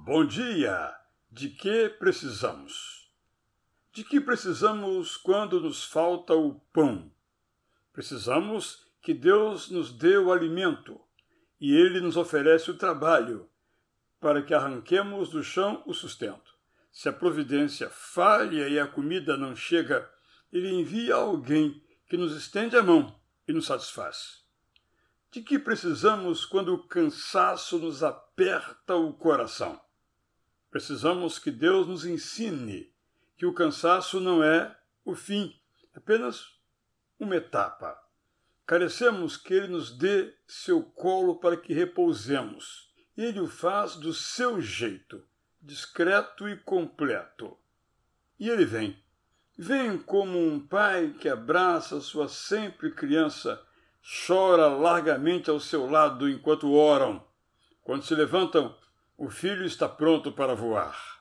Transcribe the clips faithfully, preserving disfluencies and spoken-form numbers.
Bom dia! De que precisamos? De que precisamos quando nos falta o pão? Precisamos que Deus nos dê o alimento e Ele nos oferece o trabalho para que arranquemos do chão o sustento. Se a providência falha e a comida não chega, Ele envia alguém que nos estende a mão e nos satisfaz. De que precisamos quando o cansaço nos aperta o coração? Precisamos que Deus nos ensine que o cansaço não é o fim, apenas uma etapa. Carecemos que Ele nos dê seu colo para que repousemos. Ele o faz do seu jeito, discreto e completo. E Ele vem. Vem como um pai que abraça sua sempre criança, chora largamente ao seu lado enquanto oram. Quando se levantam, o filho está pronto para voar.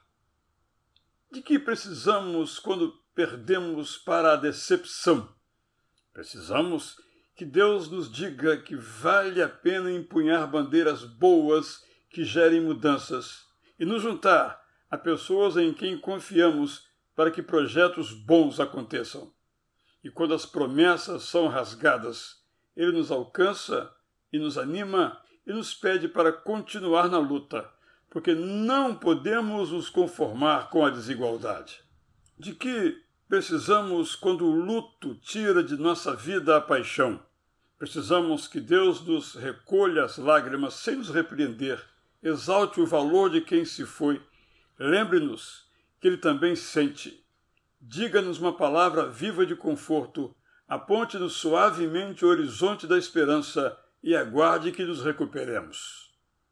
De que precisamos quando perdemos para a decepção? Precisamos que Deus nos diga que vale a pena empunhar bandeiras boas que gerem mudanças e nos juntar a pessoas em quem confiamos para que projetos bons aconteçam. E quando as promessas são rasgadas, Ele nos alcança e nos anima e nos pede para continuar na luta, porque não podemos nos conformar com a desigualdade. De que precisamos quando o luto tira de nossa vida a paixão? Precisamos que Deus nos recolha as lágrimas sem nos repreender, exalte o valor de quem se foi, lembre-nos que Ele também sente. Diga-nos uma palavra viva de conforto, aponte-nos suavemente o horizonte da esperança e aguarde que nos recuperemos.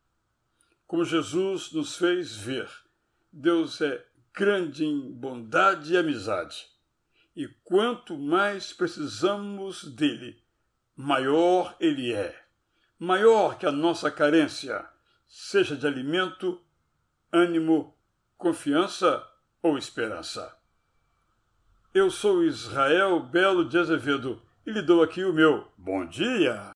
Como Jesus nos fez ver, Deus é grande em bondade e amizade. E quanto mais precisamos dele, maior ele é. Maior que a nossa carência, seja de alimento, ânimo, confiança ou esperança. Eu sou Israel Belo de Azevedo e lhe dou aqui o meu bom dia.